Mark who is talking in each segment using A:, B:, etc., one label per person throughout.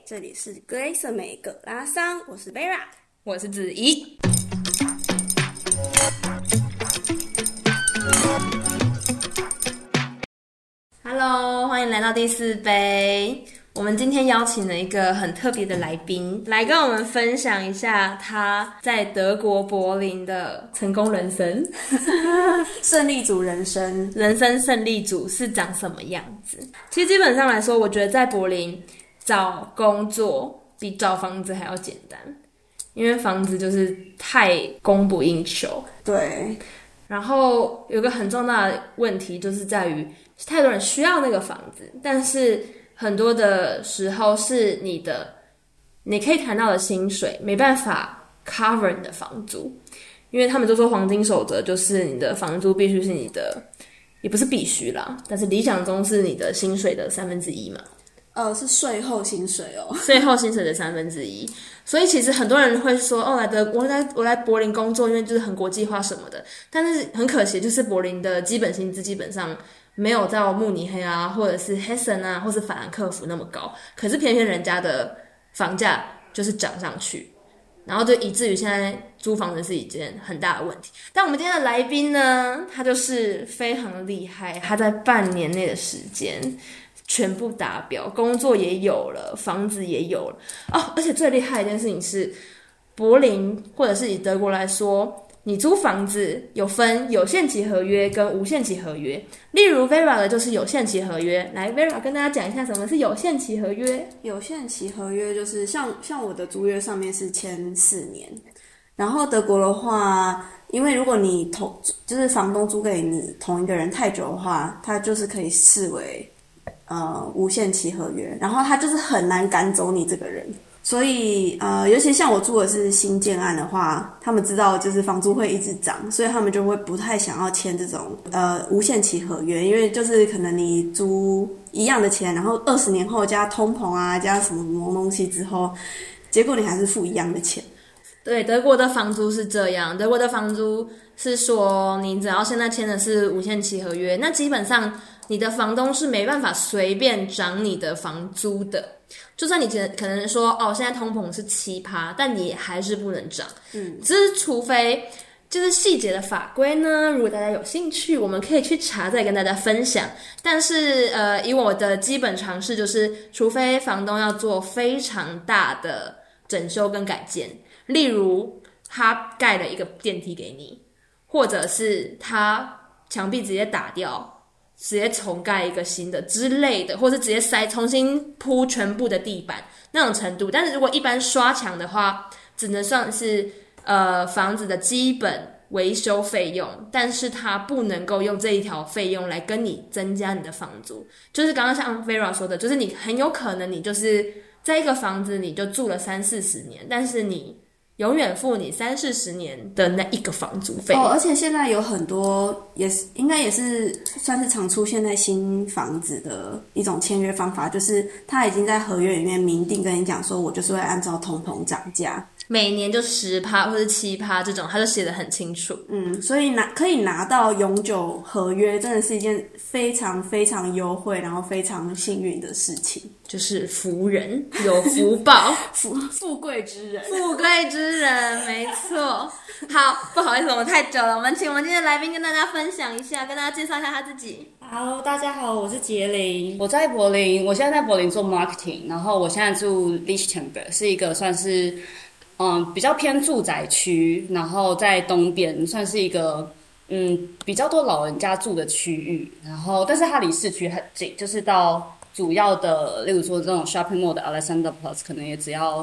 A: 这里是格雷瑟美葛拉桑，我是 Vera，
B: 我是子怡。Hello， 欢迎来到第四杯。我们今天邀请了一个很特别的来宾，来跟我们分享一下他在德国柏林的成功人生，
A: 胜利组人生
B: 胜利组是长什么样子。其实基本上来说，我觉得在柏林找工作比找房子还要简单，因为房子就是太供不应求。
A: 对，
B: 然后有个很重大的问题就是在于太多人需要那个房子，但是很多的时候是你可以谈到的薪水没办法 cover 你的房租，因为他们都说黄金守则就是你的房租必须是你的，也不是必须啦，但是理想中是你的薪水的1/3嘛。
A: 是税后薪水哦，
B: 税后薪水的1/3。所以其实很多人会说，我来柏林工作，因为就是很国际化什么的。但是很可惜，就是柏林的基本薪资基本上没有到慕尼黑啊，或者是 Hessen 啊，或是法兰克福那么高。可是偏偏人家的房价就是涨上去，然后就以至于现在租房子是一件很大的问题。但我们今天的来宾呢，他就是非常厉害，他在半年内的时间全部达标，工作也有了，房子也有了哦。而且最厉害的一件事情是，柏林或者是以德国来说，你租房子有分有限期合约跟无限期合约。例如 Vera 的就是有限期合约，来 Vera 跟大家讲一下什么是有限期合约。
A: 有限期合约就是像我的租约上面是签4年，然后德国的话，因为如果你就是房东租给你同一个人太久的话，他就是可以视为无限期合约，然后他就是很难赶走你这个人。所以尤其像我住的是新建案的话，他们知道就是房租会一直涨，所以他们就会不太想要签这种无限期合约，因为就是可能你租一样的钱，然后20年后加通膨啊，加什么东西之后，结果你还是付一样的钱。
B: 对，德国的房租是这样，德国的房租是说你只要现在签的是无限期合约，那基本上你的房东是没办法随便涨你的房租的。就算你可能说现在通膨是7%，但你还是不能涨。只是除非就是细节的法规呢，如果大家有兴趣，我们可以去查再跟大家分享。但是以我的基本常识就是，除非房东要做非常大的整修跟改建，例如他盖了一个电梯给你，或者是他墙壁直接打掉，直接重盖一个新的之类的，或是直接重新铺全部的地板那种程度。但是如果一般刷墙的话，只能算是房子的基本维修费用，但是它不能够用这一条费用来跟你增加你的房租。就是刚刚像 Vera 说的，就是你很有可能你就是在一个房子你就住了30-40年，但是你永远付你30-40年的那一个房租费。
A: 而且现在有很多应该也是算是常出现在新房子的一种签约方法，就是他已经在合约里面明定跟你讲说，我就是会按照通膨涨价，
B: 每年就10%或者7%这种，他就写得很清楚。
A: 所以可以拿到永久合约，真的是一件非常非常优惠，然后非常幸运的事情。
B: 就是福人有福报，
A: 富贵之人，
B: 富贵之人，没错。好，不好意思，我们太久了，我们请我们今天的来宾跟大家分享一下，跟大家介绍一下他自己。
C: Hello， 大家好，我是杰林，我在柏林，我现在在柏林做 marketing， 然后我现在住 Lichtenberg， 是一个算是比较偏住宅区，然后在东边算是一个比较多老人家住的区域，然后但是它离市区很近，就是到主要的，例如说这种 shopping mall 的 Alexanderplatz 可能也只要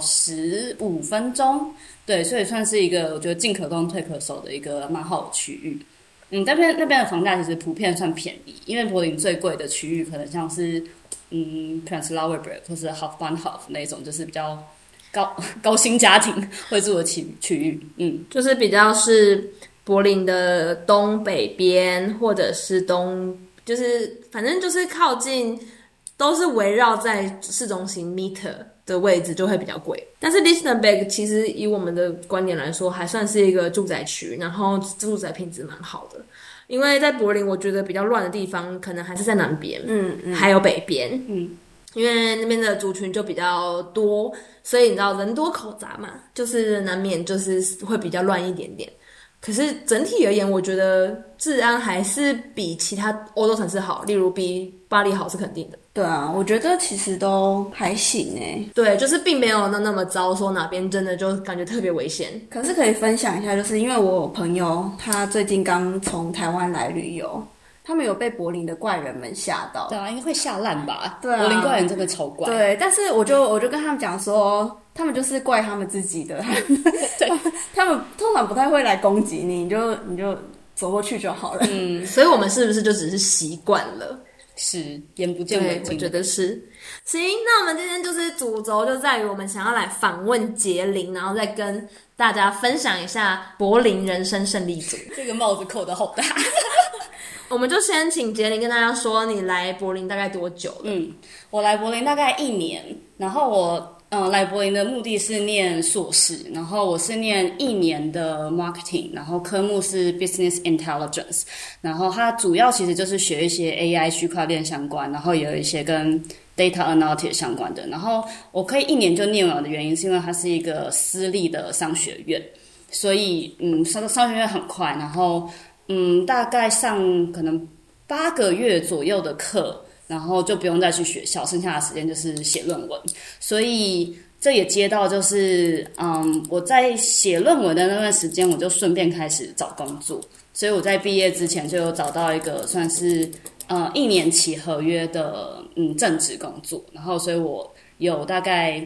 C: 15分钟，对，所以算是一个我觉得进可攻退可守的一个蛮好的区域。那边的房价其实普遍算便宜，因为柏林最贵的区域可能像是Prenzlauer Berg 或是 Hauptbahnhof 那种，就是比较高薪家庭会住的区域，
B: 就是比较是柏林的东北边，或者是就是反正就是靠近。都是围绕在市中心 meter 的位置就会比较贵，但是 Lichtenberg 其实以我们的观点来说还算是一个住宅区，然后住宅品质蛮好的。因为在柏林我觉得比较乱的地方可能还是在南边，还有北边， 因为那边的族群就比较多，所以你知道人多口杂嘛，就是难免就是会比较乱一点点。可是整体而言，我觉得治安还是比其他欧洲城市好，例如比巴黎好是肯定的。
A: 对啊，我觉得其实都还行欸。
B: 对，就是并没有那么糟，说哪边真的就感觉特别危险。
A: 可是可以分享一下，就是因为我有朋友他最近刚从台湾来旅游，他们有被柏林的怪人们吓到。
C: 对啊，应该会吓烂吧？
A: 对啊，
C: 柏林怪人真的超怪。
A: 对，但是我就跟他们讲说，他们就是怪他们自己的，他们通常不太会来攻击你，你就走过去就好了。
B: 所以我们是不是就只是习惯了？
C: 是眼不见为净，
B: 我觉得是。行，那我们今天就是主轴就在于我们想要来访问杰林，然后再跟大家分享一下柏林人生胜利组。
C: 这个帽子扣得好大。
B: 我们就先请杰林跟大家说，你来柏林大概多久了？
C: 我来柏林大概1年，然后我来柏林的目的是念硕士，然后我是念1年的 marketing， 然后科目是 business intelligence， 然后它主要其实就是学一些 AI 区块链相关，然后也有一些跟 data analytics 相关的。然后我可以1年就念完的原因是因为它是一个私立的商学院，所以商学院很快，然后大概上可能8个月左右的课，然后就不用再去学校，剩下的时间就是写论文。所以这也接到就是我在写论文的那段时间，我就顺便开始找工作，所以我在毕业之前就有找到一个算是1年期合约的正职工作，然后所以我有大概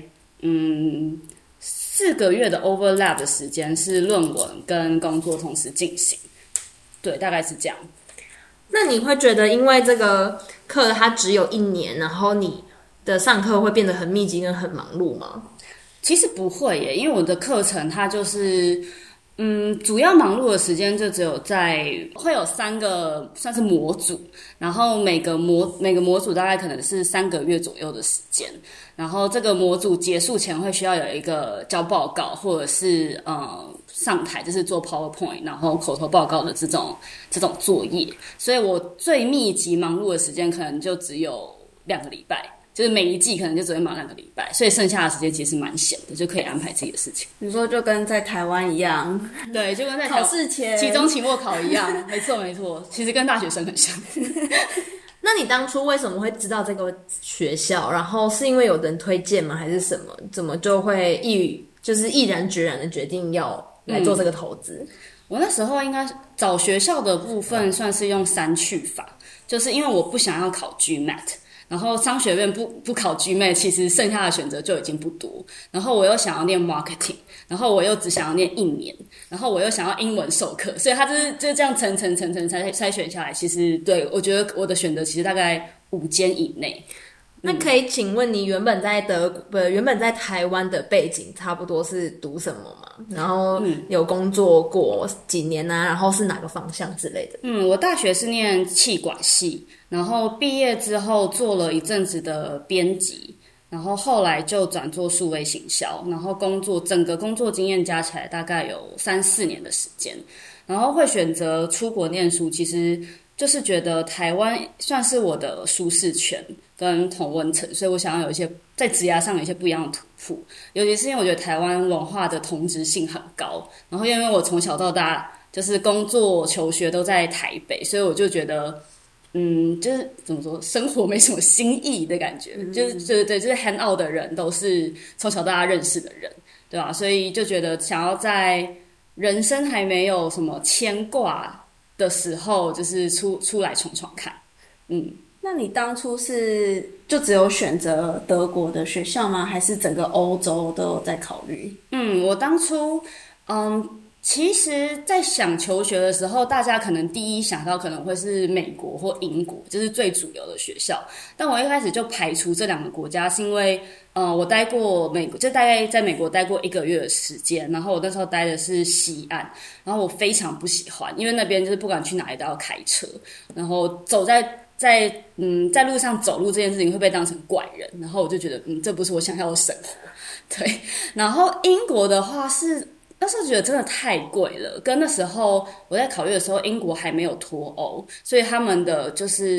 C: 4个月的 overlap 的时间是论文跟工作同时进行，对，大概是这样。
B: 那你会觉得因为这个课它只有1年，然后你的上课会变得很密集跟很忙碌吗？
C: 其实不会耶，因为我的课程它就是主要忙碌的时间就只有会有3个算是模组，然后每个模组大概可能是3个月左右的时间，然后这个模组结束前会需要有一个交报告，或者是上台就是做 PowerPoint， 然后口头报告的这种作业，所以我最密集忙碌的时间可能就只有2个礼拜。就是每一季可能就只会忙2个礼拜，所以剩下的时间其实蛮闲的，就可以安排自己的事情。
A: 你说就跟在台湾一样，
C: 对，就跟在
A: 考试前、
C: 期中、期末考一样，没错，其实跟大学生很像。
B: 那你当初为什么会知道这个学校？然后是因为有人推荐吗？还是什么？怎么就会毅然决然的决定要来做这个投资？
C: 我那时候应该找学校的部分算是用3去法，就是因为我不想要考 GMAT。然后商学院不考 GMAT， 其实剩下的选择就已经不多。然后我又想要念 marketing， 然后我又只想要念1年，然后我又想要英文授课，所以它就是这样层筛选下来。其实对我觉得我的选择其实大概5间以内。
B: 那可以请问你原本在台湾的背景差不多是读什么吗？然后有工作过几年啊？然后是哪个方向之类的？
C: 我大学是念企管系，然后毕业之后做了一阵子的编辑，然后后来就转做数位行销，然后整个工作经验加起来大概有3-4年的时间。然后会选择出国念书，其实就是觉得台湾算是我的舒适圈跟同温层，所以我想要有一些在职涯上有一些不一样的突破，尤其是因为我觉得台湾文化的同质性很高，然后因为我从小到大就是工作求学都在台北，所以我就觉得就是怎么说，生活没什么新意的感觉，就是对，就是 hang out 的人都是从小到大认识的人，对吧？所以就觉得想要在人生还没有什么牵挂的时候，就是出来闯闯看。
A: 那你当初是就只有选择德国的学校吗？还是整个欧洲都有在考虑？
C: 我当初其实在想求学的时候，大家可能第一想到可能会是美国或英国，就是最主流的学校。但我一开始就排除这2个国家，是因为我待过美国，就大概在美国待过1个月的时间，然后我那时候待的是西岸，然后我非常不喜欢，因为那边就是不管去哪里都要开车，然后走在路上走路这件事情会被当成怪人，然后我就觉得这不是我想要的生活。对，然后英国的话是那时候觉得真的太贵了，跟那时候我在考虑的时候，英国还没有脱欧，所以他们的就是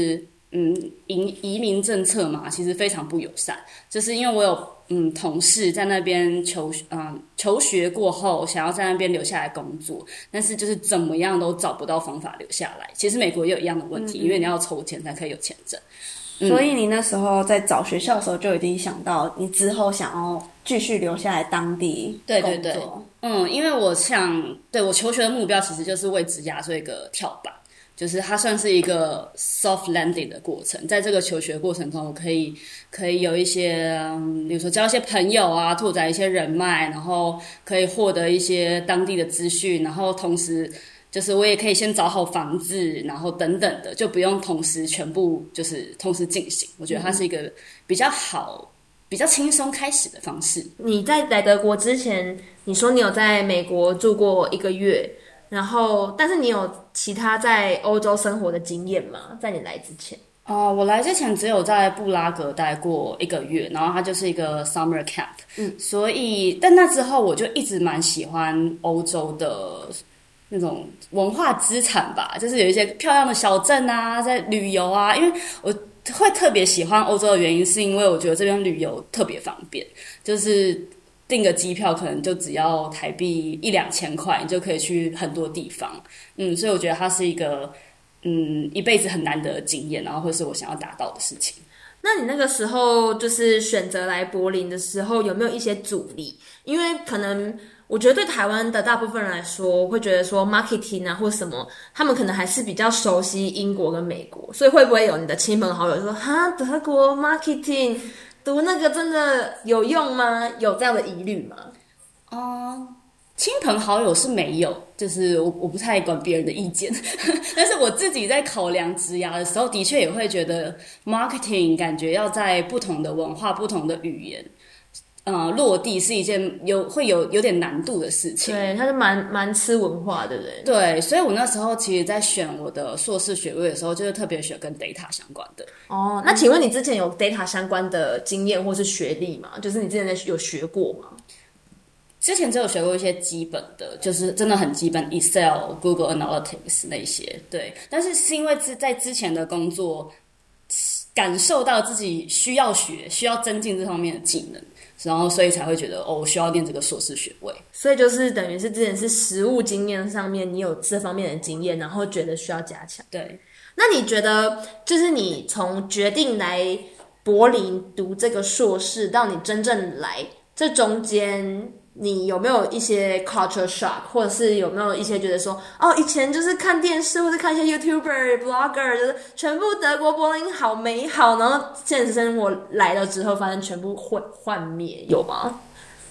C: 移民政策嘛，其实非常不友善。就是因为我有同事在那边求学过后，想要在那边留下来工作，但是就是怎么样都找不到方法留下来。其实美国也有一样的问题，因为你要筹钱才可以有签证。
A: 所以你那时候在找学校的时候，就已经想到你之后想要继续留下来当地工作。
C: 对，因为我求学的目标其实就是为职涯做一个跳板。就是它算是一个 soft landing 的过程，在这个求学过程中，我可以有一些，比如说交一些朋友啊，拓展一些人脉，然后可以获得一些当地的资讯，然后同时就是我也可以先找好房子，然后等等的，就不用同时全部就是同时进行。我觉得它是一个比较好、比较轻松开始的方式。
B: 你在来德国之前，你说你有在美国住过1个月。然后，但是你有其他在欧洲生活的经验吗？在你来之前？
C: 我来之前只有在布拉格待过1个月，然后它就是一个 summer camp，所以但那之后我就一直蛮喜欢欧洲的那种文化资产吧，就是有一些漂亮的小镇啊，在旅游啊，因为我会特别喜欢欧洲的原因，是因为我觉得这边旅游特别方便，就是订个机票可能就只要台币1-2千块，你就可以去很多地方。所以我觉得它是一个一辈子很难得的经验，然后会是我想要达到的事情。
B: 那你那个时候就是选择来柏林的时候，有没有一些阻力？因为可能我觉得对台湾的大部分人来说，会觉得说 marketing 啊或什么，他们可能还是比较熟悉英国跟美国，所以会不会有你的亲朋好友说哈德国 marketing？读那个真的有用吗？有这样的疑虑吗？
C: 亲朋好友是没有，就是我不太管别人的意见，但是我自己在考量职涯的时候，的确也会觉得 marketing 感觉要在不同的文化、不同的语言，落地是一件会有点难度的事情。
B: 对，它是蛮吃文化的人。
C: 对，所以我那时候其实在选我的硕士学位的时候，就是特别选跟 data 相关的。
B: 那请问你之前有 data 相关的经验或是学历吗？就是你之前有学过吗？
C: 之前只有学过一些基本的，就是真的很基本 Excel、Google Analytics 那些，对。但是因为在之前的工作感受到自己需要增进这方面的技能，然后所以才会觉得我需要念这个硕士学位。
B: 所以就是等于是之前是实务经验上面你有这方面的经验，然后觉得需要加强。
C: 对。
B: 那你觉得就是你从决定来柏林读这个硕士到你真正来，这中间你有没有一些 culture shock， 或者是有没有一些觉得说以前就是看电视或者看一些 YouTuber、Blogger， 就是全部德国柏林好美好，然后现实生活来了之后发现全部幻灭，有吗？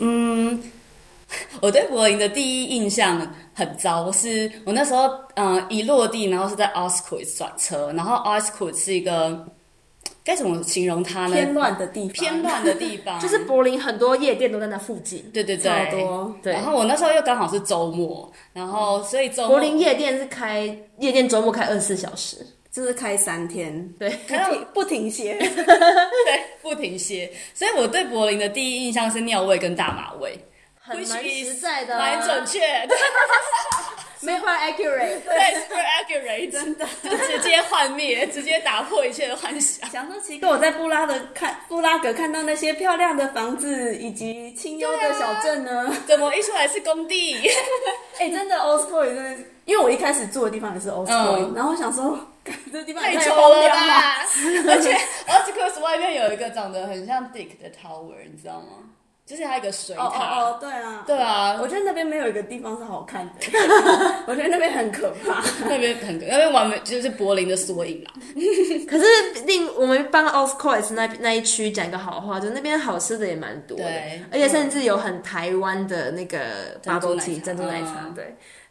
C: 我对柏林的第一印象很糟，是我那时候一落地，然后是在 Auschwitz 转车，然后 Auschwitz 是一个该怎么形容它呢？
A: 偏乱的地方，
B: 就是柏林很多夜店都在那附近，
C: 对，
A: 超多。
C: 对。然后我那时候又刚好是周末，然后所以周末
B: 柏林夜店周末开24小时。
A: 就是开3天，
B: 对，
A: 不停歇，
C: 对，不停歇。所以我对柏林的第一印象是尿味跟大麻味，
B: 蛮实在的，
C: 蛮准确。
B: super accurate，
C: 对 ，super accurate， 真的就直接幻灭，直接打破一切的幻想。
A: 想说奇怪，我在布拉格看到那些漂亮的房子以及清幽的小镇呢，
C: 怎么一出来是工地？
A: 真的 Auschwitz 真的，因为我一开始住的地方也是 Auschwitz，然后想说这地方
C: 太丑
A: 荒
C: 了
A: 凉
C: 吧！而且 Auschwitz 外面有一个长得很像 Dick 的 tower， 你知道吗？就是它有一个水塔。对啊，
A: 我觉得那边没有一个地方是好看的，我觉得那边很可怕，
C: 那边完美就是柏林的缩影啦。
B: 可是我们帮 Auschwitz 那一区讲一个好话，就是那边好吃的也蛮多的，
C: 对，
B: 而且甚至有很台湾的那个 bubble tea 珍珠奶茶，对。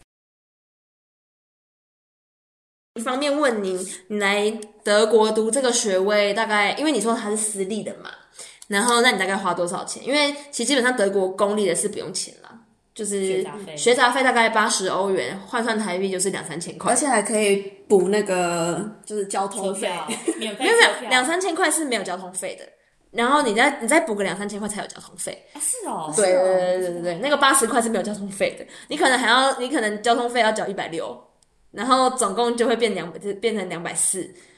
B: 一方面问你来德国读这个学位大概，因为你说它是私立的嘛，然后那你大概花多少钱？因为其实基本上德国公立的是不用钱啦，就是学杂费大概80欧元，换算台币就是2-3千块，
A: 而且还可以补那个就是交通费，
C: 免费
B: 没有2-3千块是没有交通费的，然后你再补个2-3千块才有交通费。
C: 是哦，
B: 对，那个80块是没有交通费的，你可能交通费要缴160，然后总共就会变成240。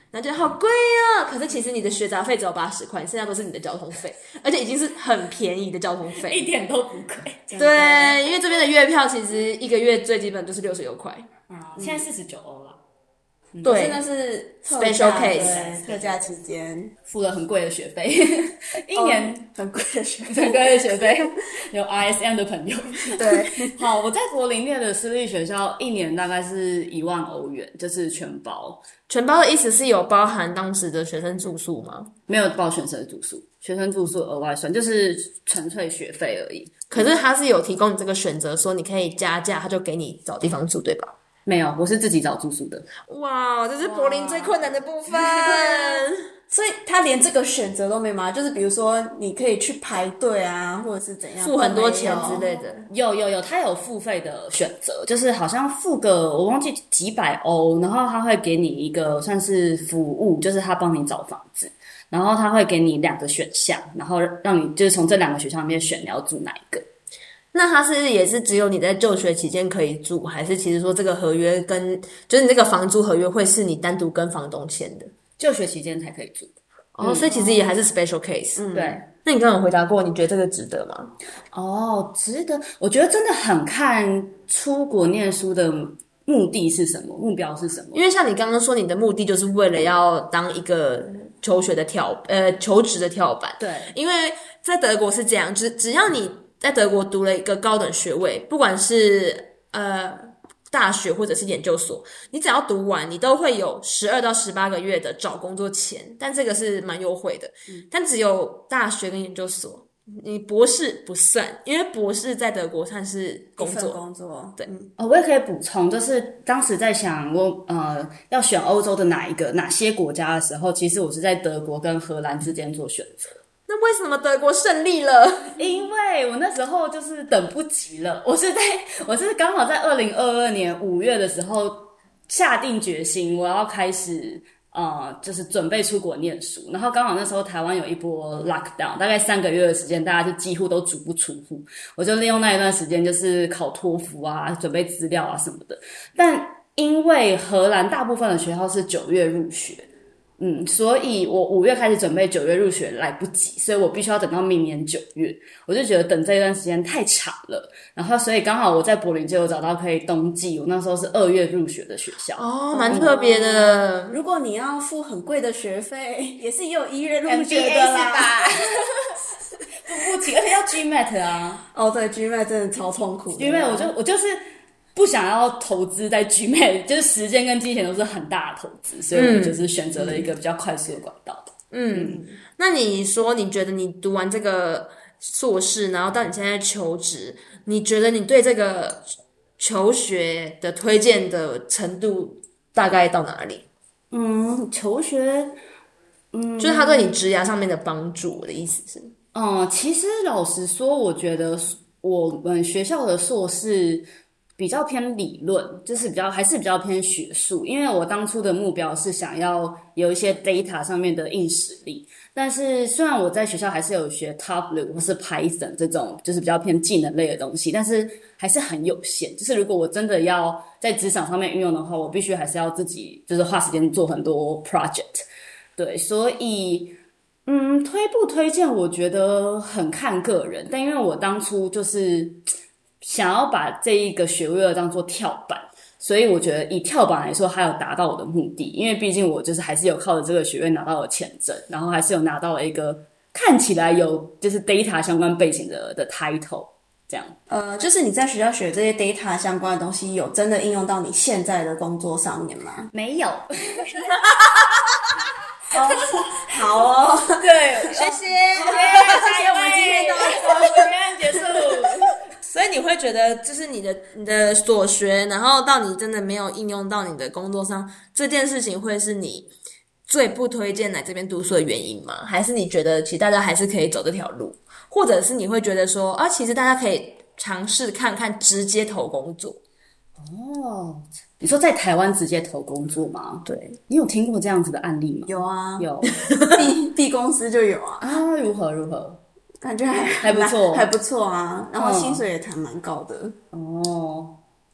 B: 然后觉得好贵啊，可是其实你的学杂费只有80块，剩下都是你的交通费，而且已经是很便宜的交通费，
C: 一点都不贵。
B: 对，因为这边的月票其实一个月最基本就是66块，
C: 现在49欧了。
B: 对，
A: 那是
B: special case
A: 特价期间
C: 付了很贵的学费，一年
A: 很贵的学费，
C: 很贵的学费，有 RSM 的朋友。
A: 对，
C: 好，我在柏林念的私立学校，一年大概是1万欧元，就是全包。
B: 全包的意思是有包含当时的学生住宿吗？
C: 没有包学生住宿，学生住宿额外算，就是纯粹学费而已。
B: 可是他是有提供你这个选择，说你可以加价，他就给你找地方住，对吧？
C: 没有，我是自己找住宿的。
B: 哇，这是柏林最困难的部分。
A: 所以他连这个选择都没吗？就是比如说你可以去排队啊，或者是怎样
B: 付很多钱之类的。
C: 有，他有付费的选择，就是好像付个我忘记几百欧，然后他会给你一个算是服务，就是他帮你找房子，然后他会给你2个选项，然后让你就是从这2个选项里面选你要住哪一个。
B: 那它是也是只有你在就学期间可以住，还是其实说这个合约跟就是你这个房租合约会是你单独跟房东签的？
C: 就学期间才可以住。
B: 所以其实也还是 special case。
C: 对。
B: 那你刚刚有回答过，你觉得这个值得吗？
C: 值得。我觉得真的很看出国念书的目的是什么，目标是什么。
B: 因为像你刚刚说，你的目的就是为了要当一个求学的求职的跳板。
C: 对。
B: 因为在德国是这样，只要你在德国读了一个高等学位，不管是大学或者是研究所，你只要读完，你都会有12到18个月的找工作钱，但这个是蛮优惠的。但只有大学跟研究所，你博士不算，因为博士在德国算是工作。对。
C: 我也可以补充，就是当时在想我要选欧洲的哪些国家的时候，其实我是在德国跟荷兰之间做选择。
B: 那为什么德国胜利了？
C: 因为我那时候就是等不及了，我是刚好在2022年5月的时候下定决心，我要开始就是准备出国念书，然后刚好那时候台湾有一波 lockdown， 大概3个月的时间，大家就几乎都足不出户，我就利用那一段时间就是考托福啊，准备资料啊什么的。但因为荷兰大部分的学校是9月入学。所以我5月开始准备，9月入学来不及，所以我必须要等到明年9月。我就觉得等这一段时间太长了，然后所以刚好我在柏林就有找到可以冬季，我那时候是2月入学的学校。
B: 蛮特别的。
A: 如果你要付很贵的学费，也是也有1月入学的啦。
C: 付不起，而且要 GMAT 啊。
A: 对 ，GMAT 真的超痛苦的。
C: GMAT 我就是不想要投资在 GMAT， 就是时间跟金钱都是很大的投资，所以我就是选择了一个比较快速的管道。
B: 那你说你觉得你读完这个硕士，然后到你现在求职，你觉得你对这个求学的推荐的程度大概到哪里？
C: 求学，
B: 就是他对你职涯上面的帮助，我的意思是，
C: 其实老实说，我觉得我们学校的硕士比较偏理论，就是还是比较偏学术，因为我当初的目标是想要有一些 data 上面的硬实力，但是虽然我在学校还是有学 Tableau 或是 Python 这种就是比较偏技能类的东西，但是还是很有限，就是如果我真的要在职场上面运用的话，我必须还是要自己就是花时间做很多 project。 对，所以推不推荐我觉得很看个人，但因为我当初就是想要把这一个学位当做跳板，所以我觉得以跳板来说，还有达到我的目的，因为毕竟我就是还是有靠着这个学位拿到了签证，然后还是有拿到了一个看起来有就是 data 相关背景的 title， 这样。
A: 就是你在学校学这些 data 相关的东西，有真的应用到你现在的工作上面吗？
C: 没有。
A: 好哦，
C: 对，
B: 谢谢。
A: 谢谢，我们今天到
C: 结束。
B: 所以你会觉得，就是你的所学，然后到你真的没有应用到你的工作上，这件事情会是你最不推荐来这边读书的原因吗？还是你觉得其实大家还是可以走这条路，或者是你会觉得说其实大家可以尝试看看直接投工作？
C: 你说在台湾直接投工作吗？
B: 对，
C: 你有听过这样子的案例吗？
A: 有啊，
C: 有
A: B 公司就有啊。
C: 如何？
A: 感觉
C: 还不错，
A: 还不错啊。然后薪水也谈蛮高的。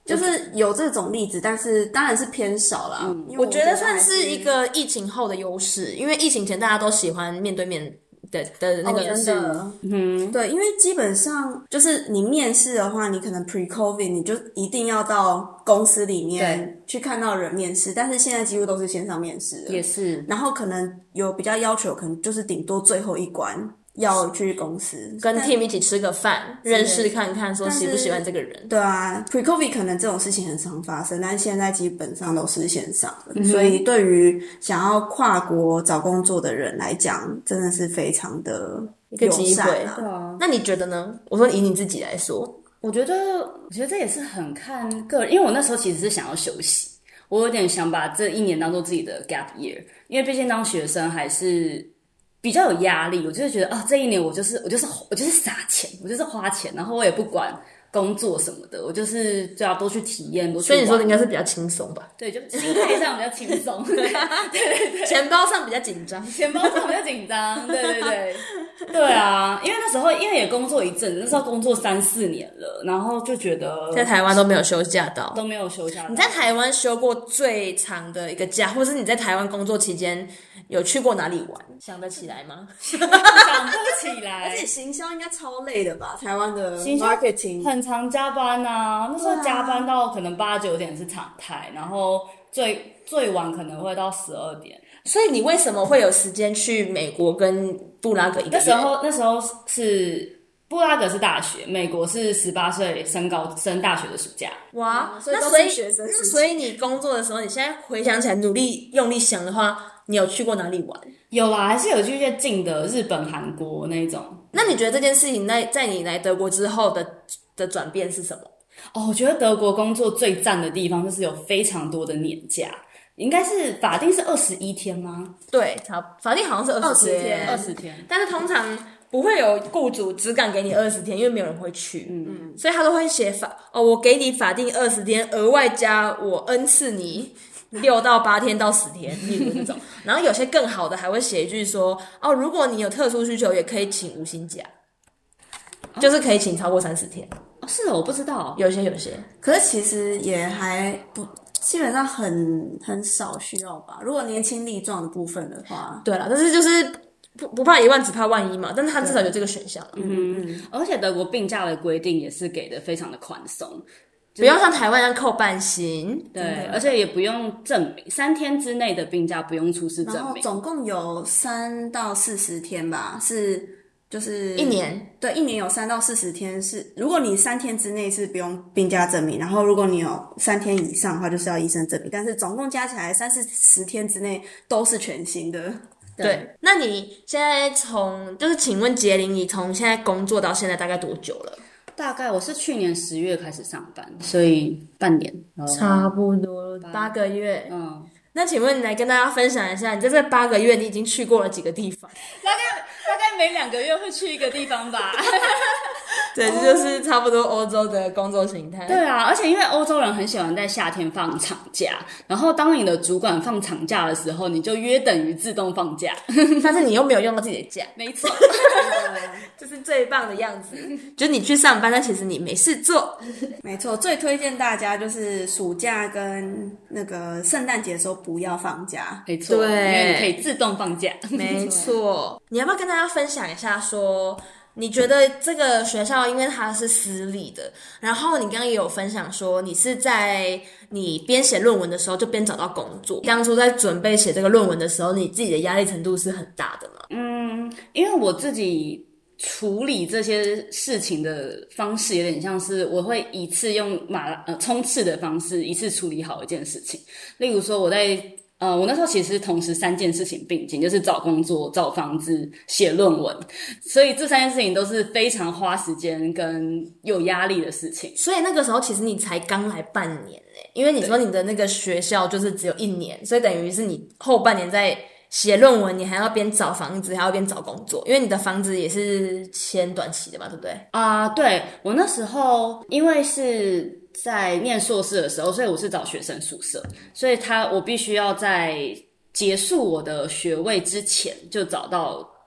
A: 就是有这种例子，但是当然是偏少啦。因为
B: 我觉得算
A: 还
B: 是一个疫情后的优势，因为疫情前大家都喜欢面对面的那个
A: 真的，对，因为基本上就是你面试的话，你可能 pre-COVID 你就一定要到公司里面去看到人面试，但是现在几乎都是线上面试了，
C: 也是，
A: 然后可能有比较要求，可能就是顶多最后一关要去公司
B: 跟 team 一起吃个饭，认识看看说喜不喜欢这个人。
A: 对啊 ，pre-COVID 可能这种事情很常发生，但现在基本上都是线上的，所以对于想要跨国找工作的人来讲，真的是非常的
B: 一个机会。
C: 对啊，
B: 那你觉得呢？我说以你自己来说，
C: 我觉得这也是很看个人，因为我那时候其实是想要休息，我有点想把这一年当做自己的 gap year， 因为毕竟当学生还是比较有压力，我就是觉得这一年我就是撒钱，我就是花钱，然后我也不管工作什么的，我就要多去体验，多去玩。
B: 所以你说的应该是比较轻松吧？
C: 对，就心态上比较轻松，对，
B: 钱包上比较紧张，
C: 钱包上比较紧张，对啊，因为那时候因为也工作一阵，那时候工作3-4年了，然后就觉得
B: 在台湾都没有休假到，
C: 都没有休假到。
B: 你在台湾休过最长的一个假，或是你在台湾工作期间有去过哪里玩？想得起来吗？
C: 想不起来。
A: 而且行销应该超累的吧？台湾的
C: 行销
A: marketing
C: 很常加班啊，那时候加班到可能8-9点是常态，然后最晚可能会到12点。
B: 所以你为什么会有时间去美国跟布拉格一个月？
C: 那时候是布拉格是大学，美国是18岁升大学的暑假。
B: 哇，
A: 所以都
B: 那
A: 是学生时期
B: 所以你工作的时候，你现在回想起来，努力用力想的话，你有去过哪里玩？
C: 有啦，还是有去一些近的日本、韩国那种。
B: 那你觉得这件事情在你来德国之后的转变是什么？
C: 我觉得德国工作最赞的地方就是有非常多的年假。应该是法定是21天吗？
B: 对，法定好像是20天
C: ，20天。
B: 但是通常不会有雇主只敢给你20天，因为没有人会去，所以他都会写我给你法定20天，额外加我 N 次你6到8天到10天，例如这种。然后有些更好的还会写一句说，如果你有特殊需求，也可以请无薪假，就是可以请超过30天。
C: 是我不知道，
B: 有些，
A: 可是其实也还不。基本上很少需要吧，如果年轻力壮的部分的话。
B: 对啦，但是就是不怕一万只怕万一嘛，但是他至少有这个选项。
C: 而且德国病假的规定也是给的非常的宽松，
B: 不用像台湾一样扣半薪。
C: 对，而且也不用证明，3天之内的病假不用出示证明。
A: 然后总共有3到40天吧，就是
B: 1年，
A: 对，1年有3到40天是，如果你3天之内是不用病假证明，然后如果你有3天以上的话，就是要医生证明，但是总共加起来30-40天之内都是全新的。
B: 对，那你现在就是请问杰林，你从现在工作到现在大概多久了？
C: 大概我是去年10月开始上班，所以半年，
B: 差不多8个月。那请问你来跟大家分享一下，你在这8个月你已经去过了几个地方？
C: 大概每2个月会去一个地方吧。
B: 对，这就是差不多欧洲的工作形态。
C: 对啊，而且因为欧洲人很喜欢在夏天放长假，然后当你的主管放长假的时候，你就约等于自动放假，
B: 但是你又没有用到自己的假。
C: 没错，
B: 这是最棒的样子。就是你去上班，但其实你没事做。
A: 没错，最推荐大家就是暑假跟那个圣诞节的时候不要放假。
C: 没错，
B: 对，
C: 因为你可以自动放假。
B: 没错，你要不要跟大家分享一下说？你觉得这个学校因为它是私立的，然后你刚刚也有分享说你是在你边写论文的时候就边找到工作，当初在准备写这个论文的时候，你自己的压力程度是很大的吗？
C: 因为我自己处理这些事情的方式有点像是我会一次用冲刺的方式一次处理好一件事情，例如说我那时候其实同时3件事情并进，就是找工作、找房子、写论文，所以这3件事情都是非常花时间跟有压力的事情。
B: 所以那个时候其实你才刚来半年因为你说你的那个学校就是只有1年，所以等于是你后半年在写论文，你还要边找房子，还要边找工作，因为你的房子也是签短期的嘛，对不对？
C: 对，我那时候因为是在念硕士的时候，所以我是找学生宿舍，所以我必须要在结束我的学位之前就找到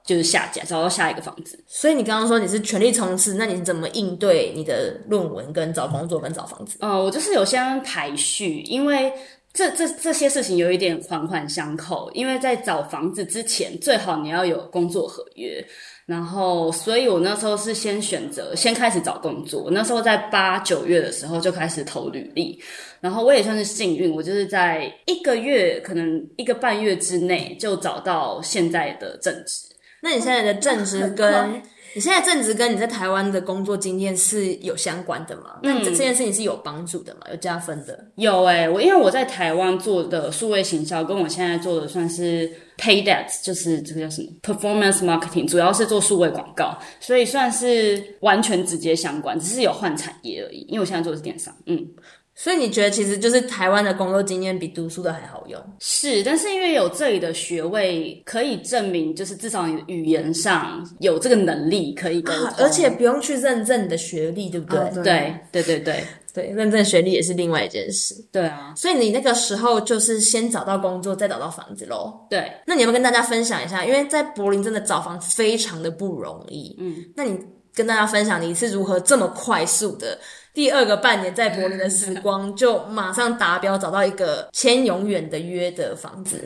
C: 就是下家，找到下一个房子。
B: 所以你刚刚说你是全力冲刺，那你怎么应对你的论文跟找工作跟找房子？
C: 我就是有先排序，因为这些事情有一点环环相扣，因为在找房子之前，最好你要有工作合约。然后，所以我那时候是先开始找工作。我那时候在8、9月的时候就开始投履历，然后我也算是幸运，我就是在1个月，可能1个半月之内就找到现在的正职。
B: 那你现在的正职跟你在台湾的工作经验是有相关的吗？那这件事情是有帮助的吗？有加分的？
C: 有因为我在台湾做的数位行销，跟我现在做的算是 paid ads， 就是这个叫什么 performance marketing， 主要是做数位广告，所以算是完全直接相关，只是有换产业而已。因为我现在做的是电商，
B: 所以你觉得其实就是台湾的工作经验比读书的还好用？
C: 是，但是因为有这里的学位可以证明，就是至少你的语言上有这个能力可以沟通，
B: 而且不用去认证你的学历，对不对？对，认证学历也是另外一件事。
C: 对啊，
B: 所以你那个时候就是先找到工作，再找到房子咯。
C: 对，
B: 那你有没有跟大家分享一下？因为在柏林真的找房子非常的不容易。那你跟大家分享你是如何这么快速的第2个半年在柏林的时光就马上达标，找到一个签永远的约的房子？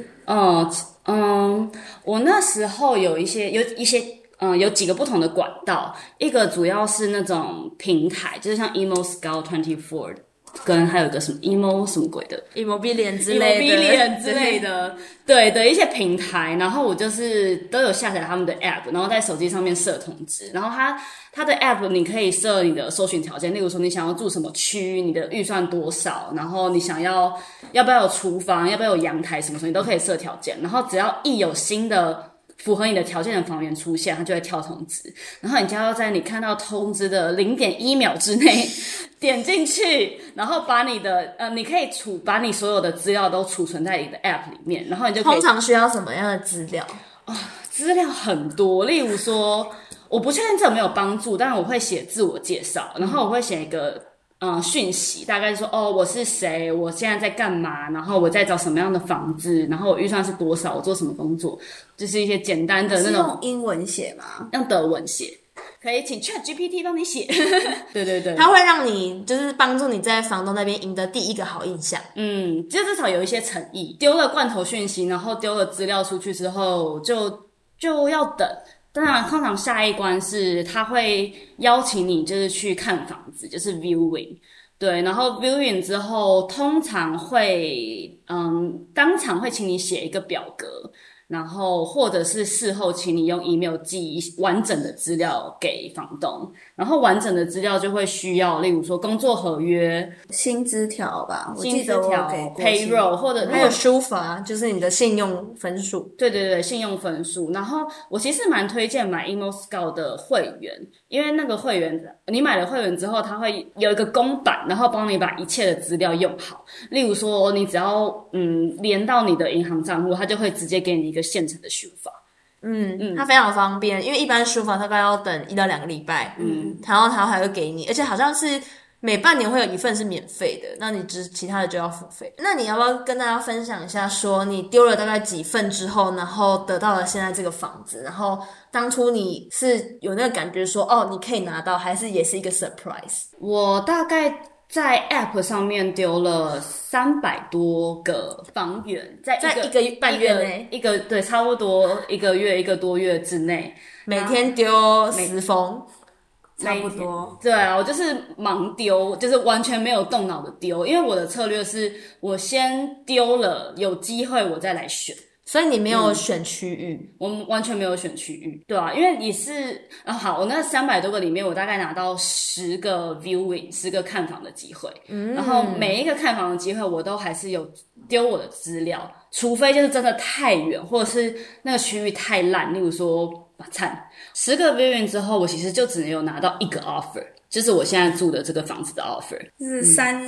C: 我那时候有几个不同的管道，一个主要是那种平台，就是像 Emo Scout 24，跟还有一个什么 Emo 什么鬼的
B: Immobilien 之类的，
C: 对的一些平台，然后我就是都有下载他们的 app， 然后在手机上面设通知，然后它的 app 你可以设你的搜寻条件，例如说你想要住什么区，你的预算多少，然后你想要不要有厨房，要不要有阳台，什么你都可以设条件，然后只要一有新的符合你的条件的房源出现，它就会跳通知，然后你就要在你看到通知的0.1秒之内点进去，然后把你的你可以把你所有的资料都储存在你的 app 里面，然后你就可以。
B: 通常需要什么样的资料？
C: 资料很多，例如说，我不确定这有没有帮助，但是我会写自我介绍，然后我会写一个讯息，大概说我是谁，我现在在干嘛，然后我在找什么样的房子，然后我预算是多少，我做什么工作，就是一些简单的那种。
A: 是用英文写吗？
C: 用德文写，可以请 ChatGPT 帮你写。对，
B: 它会让你就是帮助你在房东那边赢得第一个好印象。
C: 就至少有一些诚意。丢了罐头讯息，然后丢了资料出去之后，就要等。当然，通常下一关是他会邀请你就是去看房子，就是 viewing。对，然后 viewing 之后，通常会当场会请你写一个表格，然后或者是事后请你用 email 寄完整的资料给房东，然后完整的资料就会需要，例如说工作合约、
A: 薪资条吧，我
C: 薪
A: 记得我
C: 资条、
A: 给过
C: payroll 或者
B: 还有书法，就是你的信用分数。
C: 对，信用分数。然后我其实蛮推荐买 Emo Scout 的会员，因为那个会员你买了会员之后，它会有一个公版，然后帮你把一切的资料用好。例如说，你只要连到你的银行账户，它就会直接给你一个现成的书法。
B: 它非常方便，因为一般书法大概要等1到2个礼拜，然后它还会给你，而且好像是每半年会有一份是免费的，那你其他的就要付费。那你要不要跟大家分享一下，说你丢了大概几份之后，然后得到了现在这个房子，然后当初你是有那个感觉说你可以拿到，还是也是一个 surprise？
C: 我大概在 App 上面丢了300多个房源，在一个半月内，对，差不多1个月1个多月之内，
B: 每天丢10封。
A: 差不多。
C: 对啊，我就是盲丢，就是完全没有动脑的丢，因为我的策略是我先丢了，有机会我再来选。
B: 所以你没有选区域，
C: 我们完全没有选区域，对啊，因为你是好，我那300多个里面，我大概拿到10个 viewing， 10个看房的机会，然后每一个看房的机会，我都还是有丢我的资料，除非就是真的太远，或者是那个区域太烂，例如说马灿，10个 viewing 之后，我其实就只能有拿到1个 offer。就是我现在住的这个房子的 offer，
A: 是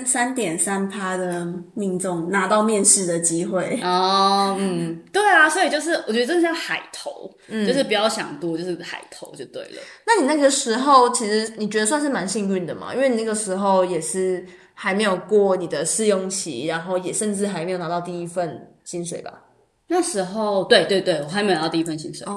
A: 3.3% 的民众拿到面试的机会。
C: 对啊，所以就是我觉得这叫海投，就是不要想多，就是海投就对了。
B: 那你那个时候其实你觉得算是蛮幸运的嘛？因为你那个时候也是还没有过你的试用期，然后也甚至还没有拿到第一份薪水吧？
C: 那时候对，我还没有拿到第一份薪水。
A: 那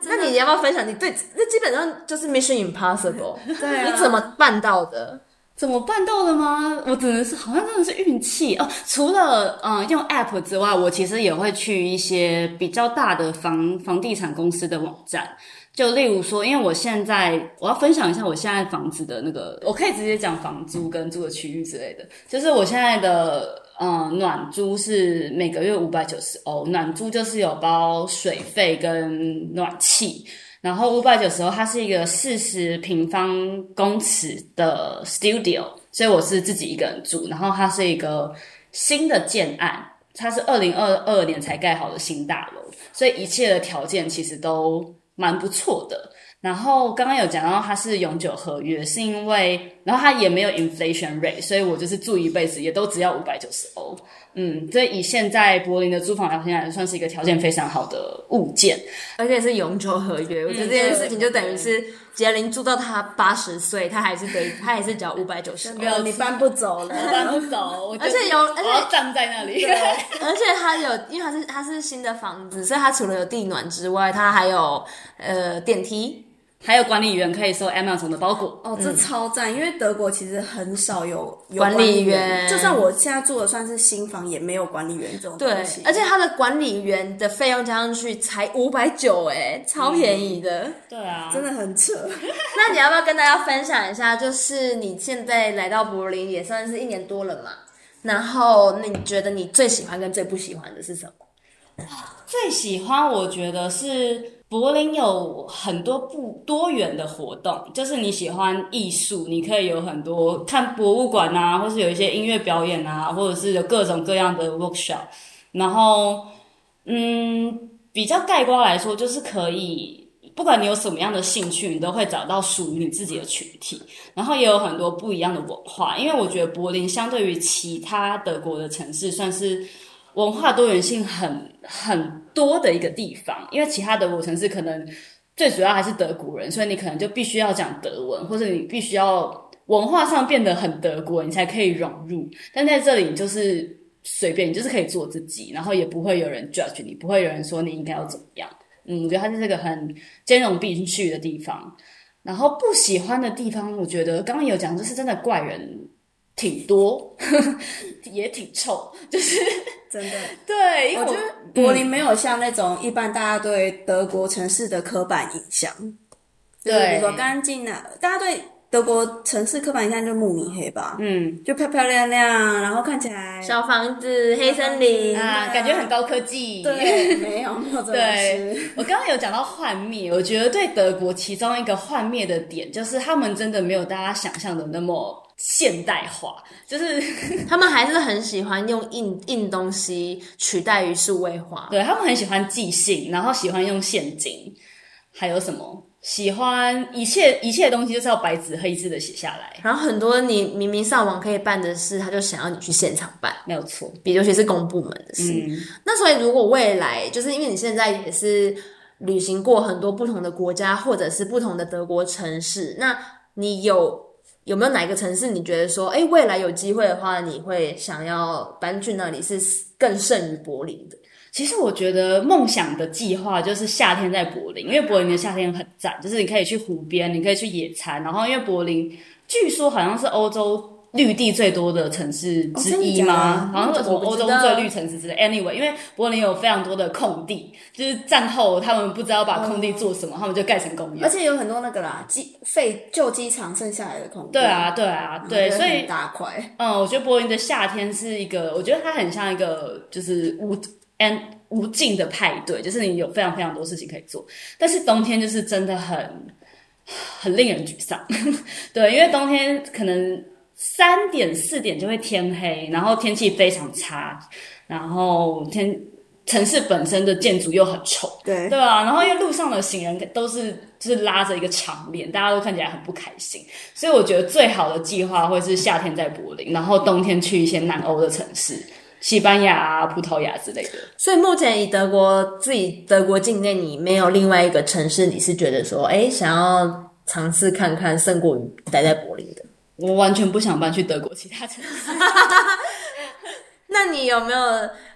B: 那你要不要分享你对那基本上就是 Mission Impossible，
A: 对啊，
B: 你怎么办到的？
C: 怎么办到的吗？我真的是好像真的是运气哦。除了用 App 之外，我其实也会去一些比较大的房地产公司的网站。就例如说，因为我要分享一下我现在房子的那个，我可以直接讲房租跟住的区域之类的。就是我现在的暖租是每个月590欧，暖租就是有包水费跟暖气。然后590欧，它是一个40平方公尺的 studio， 所以我是自己一个人住。然后它是一个新的建案，它是2022年才盖好的新大楼，所以一切的条件其实都蛮不错的。然后刚刚有讲到它是永久合约，是因为然后它也没有 inflation rate， 所以我就是住一辈子也都只要590欧。所以以现在柏林的租房条件来算是一个条件非常好的物件，
B: 而且是永久合约。我觉得这件事情就等于是杰林住到他80岁，他还是缴590欧。
A: 没有，你搬不走了，
C: 我搬不走，
B: 而且
C: 我要站在那里。
B: 而且因为它是新的房子，所以它除了有地暖之外，它还有电梯。
C: 还有管理员可以收 Amazon 的包裹
A: 哦，这超赞！因为德国其实很少有
B: 管理员，
A: 就算我现在住的算是新房，也没有管理员这种东西。
B: 对，而且它的管理员的费用加上去才590，超便宜的。
C: 对啊，
A: 真的很扯。
B: 那你要不要跟大家分享一下？就是你现在来到柏林也算是1年多了嘛，然后你觉得你最喜欢跟最不喜欢的是什么？
C: 最喜欢我觉得是柏林有很多多元的活动，就是你喜欢艺术，你可以有很多看博物馆啊，或是有一些音乐表演啊，或者是有各种各样的 workshop。然后，比较概括来说，就是可以，不管你有什么样的兴趣，你都会找到属于你自己的群体。然后也有很多不一样的文化，因为我觉得柏林相对于其他德国的城市，算是文化多元性很多的一个地方，因为其他德国城市可能最主要还是德国人，所以你可能就必须要讲德文，或者你必须要文化上变得很德国，你才可以融入。但在这里你就是随便，你就是可以做自己，然后也不会有人 judge 你，不会有人说你应该要怎么样。我觉得它是这个很兼容并蓄的地方。然后不喜欢的地方，我觉得刚刚有讲，就是真的怪人挺多，也挺臭，就是
A: 真的。
C: 对，因为
A: 我觉得柏林没有像那种一般大家对德国城市的刻板印象，就是比如说干净啊，大家对德国城市刻板印象就慕尼黑吧，就漂漂亮亮，然后看起来
B: 小房子、黑森林
C: 啊，感觉很高科技。
A: 对，没有这种事。
C: 我刚刚有讲到幻灭，我觉得对德国其中一个幻灭的点，就是他们真的没有大家想象的那么现代化，就是
B: 他们还是很喜欢用印东西取代于数位化。
C: 对，他们很喜欢即兴，然后喜欢用现金，还有什么？喜欢一切东西就是要白纸黑字的写下来，
B: 然后很多你明明上网可以办的事，他就想要你去现场办，
C: 没有错。
B: 尤其是公部门的事。那所以如果未来就是因为你现在也是旅行过很多不同的国家，或者是不同的德国城市，那你有没有哪一个城市你觉得说，未来有机会的话，你会想要搬去那里是更胜于柏林的？
C: 其实我觉得梦想的计划就是夏天在柏林，因为柏林的夏天很赞，就是你可以去湖边，你可以去野餐，然后因为柏林据说好像是欧洲绿地最多的城市之一吗？好像是什么欧洲最绿城市之类。Anyway， 因为柏林有非常多的空地，就是战后他们不知道把空地做什么，他们就盖成公园，
A: 而且有很多那个啦，旧机场剩下来的空地。
C: 对啊，对，所以
A: 很大块。
C: 我觉得柏林的夏天是一个，我觉得它很像一个就是无尽的派对，就是你有非常非常多事情可以做。但是冬天就是真的很令人沮丧，对，因为冬天可能3点4点就会天黑，然后天气非常差，然后城市本身的建筑又很丑，
A: 对
C: 啊，然后因为路上的行人都是就是拉着一个长链，大家都看起来很不开心，所以我觉得最好的计划会是夏天在柏林，然后冬天去一些南欧的城市。西班牙啊、葡萄牙之类的。
B: 所以目前以德国境内，你没有另外一个城市，你是觉得说，想要尝试看看，胜过于待在柏林的？
C: 我完全不想搬去德国其他城市。
B: 那你有没有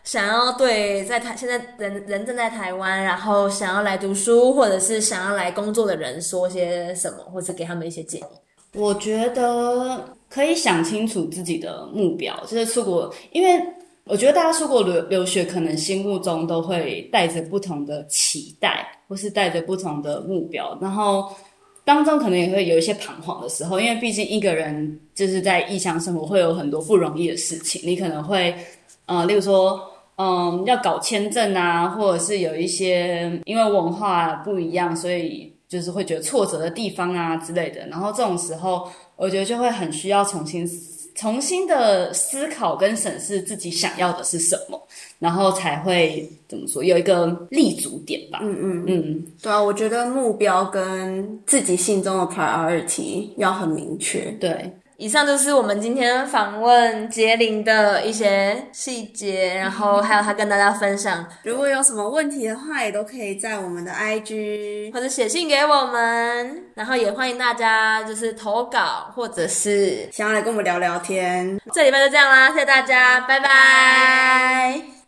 B: 想要对现在人正在台湾，然后想要来读书或者是想要来工作的人说些什么，或者给他们一些建议？
C: 我觉得可以想清楚自己的目标，就是出国，因为我觉得大家出国留学，可能心目中都会带着不同的期待，或是带着不同的目标，然后当中可能也会有一些彷徨的时候，因为毕竟一个人就是在异乡生活，会有很多不容易的事情，你可能会例如说要搞签证啊，或者是有一些因为文化不一样，所以就是会觉得挫折的地方啊之类的，然后这种时候我觉得就会很需要重新的思考跟审视自己想要的是什么，然后才会怎么说有一个立足点吧。
A: 对啊，我觉得目标跟自己心中的 priority 要很明确。
C: 对，
B: 以上就是我们今天访问婕铃的一些细节，然后还有她跟大家分享，
A: 如果有什么问题的话，也都可以在我们的 IG
B: 或者写信给我们，然后也欢迎大家就是投稿，或者是
A: 想要来跟我们聊聊天。
B: 这礼拜就这样啦，谢谢大家，拜拜。